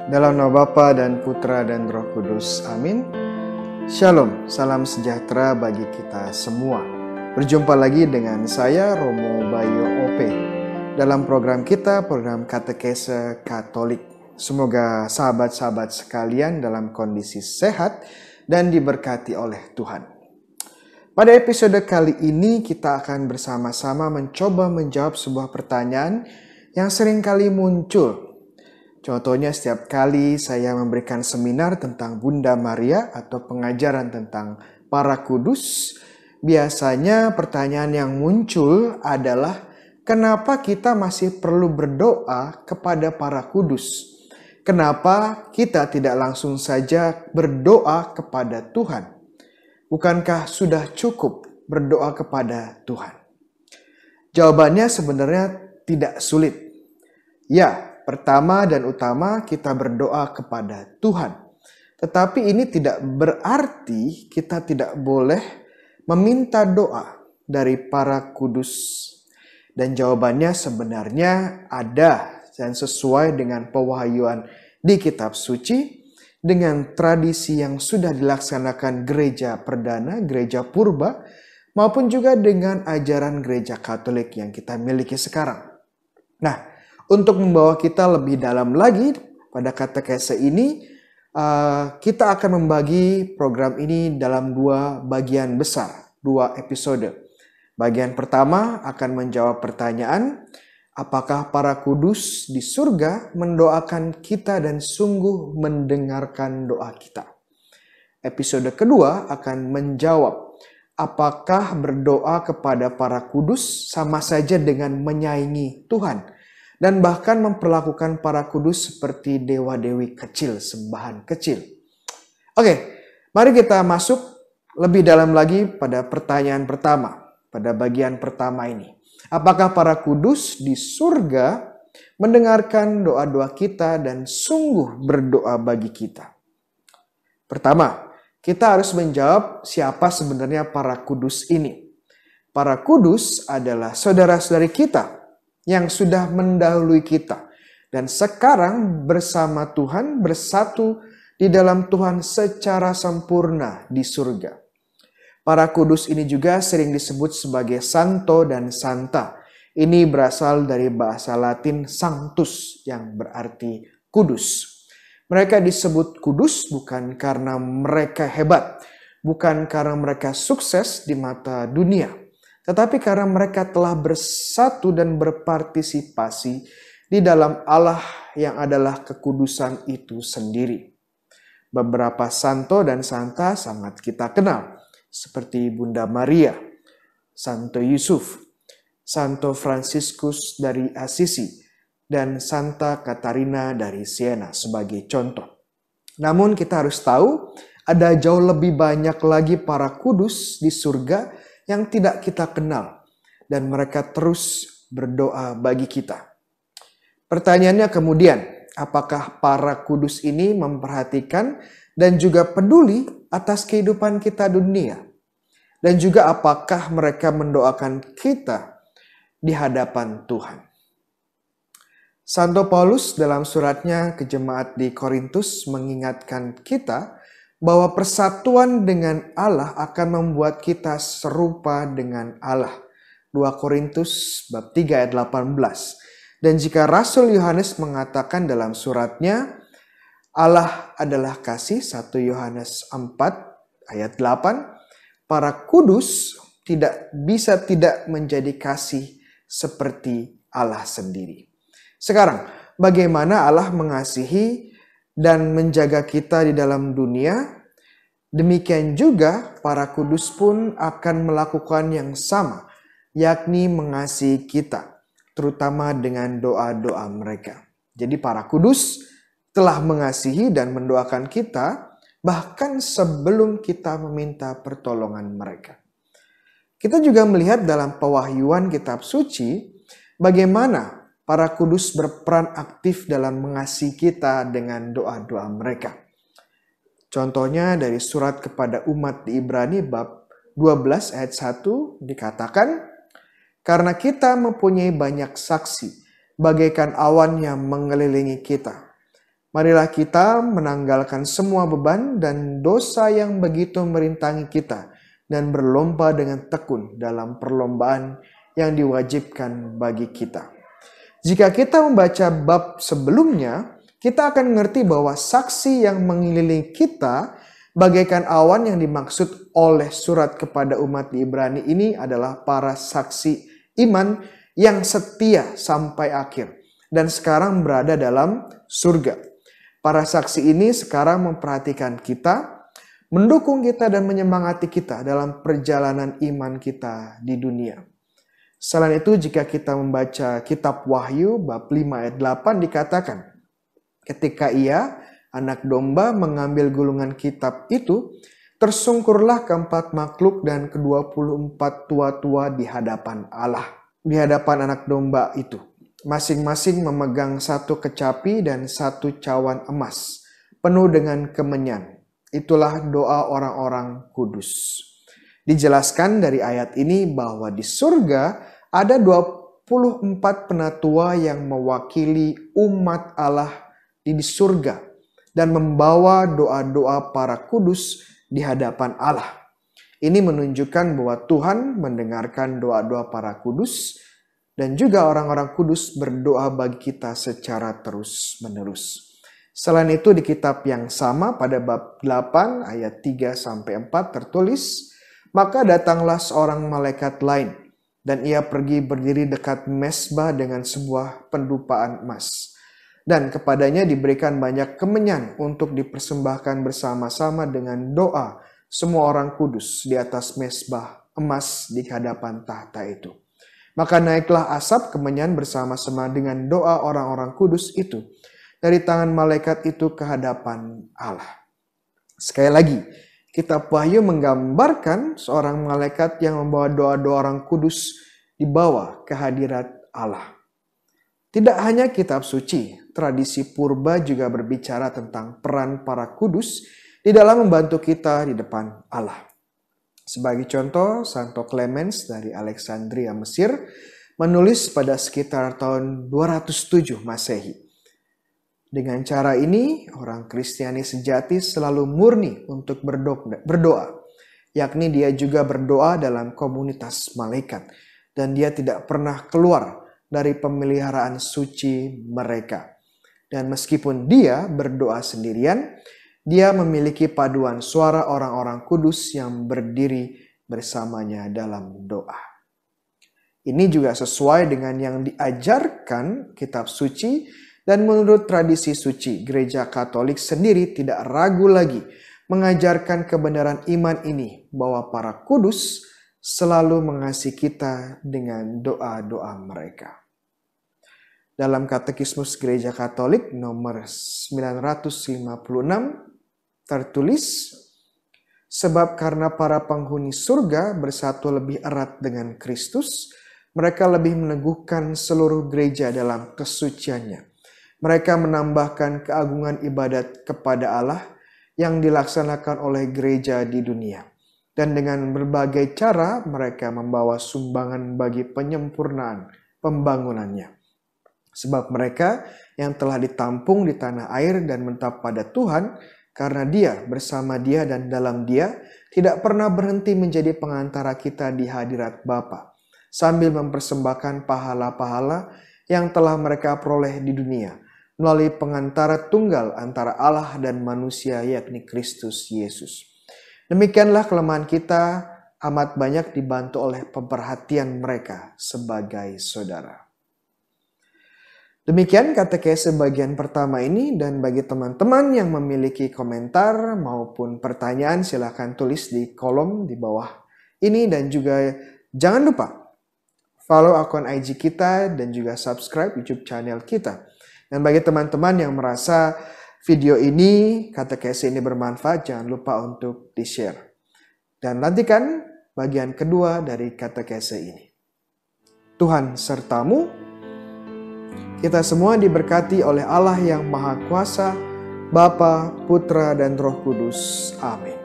Dalam nama Bapa dan Putra dan Roh Kudus. Amin. Shalom, salam sejahtera bagi kita semua. Berjumpa lagi dengan saya, Romo Bayu OP, dalam program kita, program Katekese Katolik. Semoga sahabat-sahabat sekalian dalam kondisi sehat dan diberkati oleh Tuhan. Pada episode kali ini kita akan bersama-sama mencoba menjawab sebuah pertanyaan yang sering kali muncul. Contohnya setiap kali saya memberikan seminar tentang Bunda Maria atau pengajaran tentang para kudus, biasanya pertanyaan yang muncul adalah kenapa kita masih perlu berdoa kepada para kudus? Kenapa kita tidak langsung saja berdoa kepada Tuhan? Bukankah sudah cukup berdoa kepada Tuhan? Jawabannya sebenarnya tidak sulit. Ya, pertama dan utama kita berdoa kepada Tuhan. Tetapi ini tidak berarti kita tidak boleh meminta doa dari para kudus. Dan jawabannya sebenarnya ada dan sesuai dengan pewahyuan di kitab suci, dengan tradisi yang sudah dilaksanakan gereja perdana, gereja purba, maupun juga dengan ajaran gereja Katolik yang kita miliki sekarang. Nah, untuk membawa kita lebih dalam lagi pada katekese ini, kita akan membagi program ini dalam dua bagian besar, dua episode. Bagian pertama akan menjawab pertanyaan, apakah para kudus di surga mendoakan kita dan sungguh mendengarkan doa kita? Episode kedua akan menjawab, apakah berdoa kepada para kudus sama saja dengan menyaingi Tuhan? Dan bahkan memperlakukan para kudus seperti dewa-dewi kecil, sembahan kecil. Oke, mari kita masuk lebih dalam lagi pada pertanyaan pertama, pada bagian pertama ini. Apakah para kudus di surga mendengarkan doa-doa kita dan sungguh berdoa bagi kita? Pertama, kita harus menjawab siapa sebenarnya para kudus ini. Para kudus adalah saudara-saudari kita yang sudah mendahului kita dan sekarang bersama Tuhan bersatu di dalam Tuhan secara sempurna di surga. Para kudus ini juga sering disebut sebagai santo dan santa. Ini berasal dari bahasa Latin sanctus yang berarti kudus. Mereka disebut kudus bukan karena mereka hebat, bukan karena mereka sukses di mata dunia, tetapi karena mereka telah bersatu dan berpartisipasi di dalam Allah yang adalah kekudusan itu sendiri. Beberapa santo dan santa sangat kita kenal, seperti Bunda Maria, Santo Yusuf, Santo Fransiskus dari Assisi, dan Santa Katarina dari Siena sebagai contoh. Namun kita harus tahu, ada jauh lebih banyak lagi para kudus di surga yang tidak kita kenal, dan mereka terus berdoa bagi kita. Pertanyaannya kemudian, apakah para kudus ini memperhatikan dan juga peduli atas kehidupan kita dunia? Dan juga apakah mereka mendoakan kita di hadapan Tuhan? Santo Paulus dalam suratnya ke jemaat di Korintus mengingatkan kita bahwa persatuan dengan Allah akan membuat kita serupa dengan Allah. 2 Korintus bab 3 ayat 18. Dan jika Rasul Yohanes mengatakan dalam suratnya, Allah adalah kasih, 1 Yohanes 4 ayat 8, para kudus tidak bisa tidak menjadi kasih seperti Allah sendiri. Sekarang, bagaimana Allah mengasihi dan menjaga kita di dalam dunia? Demikian juga para kudus pun akan melakukan yang sama, yakni mengasihi kita, terutama dengan doa-doa mereka. Jadi para kudus telah mengasihi dan mendoakan kita bahkan sebelum kita meminta pertolongan mereka. Kita juga melihat dalam pewahyuan kitab suci bagaimana para kudus berperan aktif dalam mengasihi kita dengan doa-doa mereka. Contohnya dari surat kepada umat di Ibrani bab 12 ayat 1 dikatakan, karena kita mempunyai banyak saksi bagaikan awan yang mengelilingi kita, Marilah kita menanggalkan semua beban dan dosa yang begitu merintangi kita dan berlomba dengan tekun dalam perlombaan yang diwajibkan bagi kita. Jika kita membaca bab sebelumnya, kita akan mengerti bahwa saksi yang mengelilingi kita bagaikan awan yang dimaksud oleh surat kepada umat di Ibrani ini adalah para saksi iman yang setia sampai akhir dan sekarang berada dalam surga. Para saksi ini sekarang memperhatikan kita, mendukung kita dan menyemangati kita dalam perjalanan iman kita di dunia. Selain itu, jika kita membaca kitab Wahyu bab 5 ayat 8 dikatakan, ketika ia, anak domba, mengambil gulungan kitab itu, tersungkurlah keempat makhluk dan ke-24 tua-tua di hadapan Allah, di hadapan anak domba itu. Masing-masing memegang satu kecapi dan satu cawan emas, penuh dengan kemenyan. Itulah doa orang-orang kudus. Dijelaskan dari ayat ini bahwa di surga ada 24 penatua yang mewakili umat Allah di surga dan membawa doa-doa para kudus di hadapan Allah. Ini menunjukkan bahwa Tuhan mendengarkan doa-doa para kudus dan juga orang-orang kudus berdoa bagi kita secara terus-menerus. Selain itu di kitab yang sama pada bab 8 ayat 3-4 tertulis, maka datanglah seorang malaikat lain dan ia pergi berdiri dekat mezbah dengan sebuah pendupaan emas. Dan kepadanya diberikan banyak kemenyan untuk dipersembahkan bersama-sama dengan doa semua orang kudus di atas mezbah emas di hadapan tahta itu. Maka naiklah asap kemenyan bersama-sama dengan doa orang-orang kudus itu dari tangan malaikat itu ke hadapan Allah. Sekali lagi, kitab Wahyu menggambarkan seorang malaikat yang membawa doa-doa orang kudus dibawa ke hadirat Allah. Tidak hanya kitab suci, tradisi purba juga berbicara tentang peran para kudus di dalam membantu kita di depan Allah. Sebagai contoh, Santo Clemens dari Alexandria, Mesir, menulis pada sekitar tahun 207 Masehi. Dengan cara ini, orang Kristiani sejati selalu murni untuk berdoa, yakni dia juga berdoa dalam komunitas malaikat, dan dia tidak pernah keluar dari pemeliharaan suci mereka. Dan meskipun dia berdoa sendirian, dia memiliki paduan suara orang-orang kudus yang berdiri bersamanya dalam doa. Ini juga sesuai dengan yang diajarkan kitab suci dan menurut tradisi suci, Gereja Katolik sendiri tidak ragu lagi mengajarkan kebenaran iman ini bahwa para kudus selalu mengasihi kita dengan doa-doa mereka. Dalam Katekismus Gereja Katolik nomor 956 tertulis, sebab karena para penghuni surga bersatu lebih erat dengan Kristus, mereka lebih meneguhkan seluruh gereja dalam kesuciannya. Mereka menambahkan keagungan ibadat kepada Allah yang dilaksanakan oleh gereja di dunia. Dan dengan berbagai cara mereka membawa sumbangan bagi penyempurnaan pembangunannya. Sebab mereka yang telah ditampung di tanah air dan mentap pada Tuhan, karena dia, bersama dia dan dalam dia, tidak pernah berhenti menjadi pengantara kita di hadirat Bapa, sambil mempersembahkan pahala-pahala yang telah mereka peroleh di dunia, melalui pengantara tunggal antara Allah dan manusia, yakni Kristus Yesus. Demikianlah kelemahan kita amat banyak dibantu oleh pemerhatian mereka sebagai saudara. Demikian katekese bagian pertama ini, dan bagi teman-teman yang memiliki komentar maupun pertanyaan silahkan tulis di kolom di bawah ini, dan juga jangan lupa follow akun IG kita dan juga subscribe YouTube channel kita. Dan bagi teman-teman yang merasa video ini, katekese ini bermanfaat, jangan lupa untuk di-share. Dan nantikan bagian kedua dari katekese ini. Tuhan sertamu. Kita semua diberkati oleh Allah yang Maha Kuasa, Bapa, Putra, dan Roh Kudus. Amin.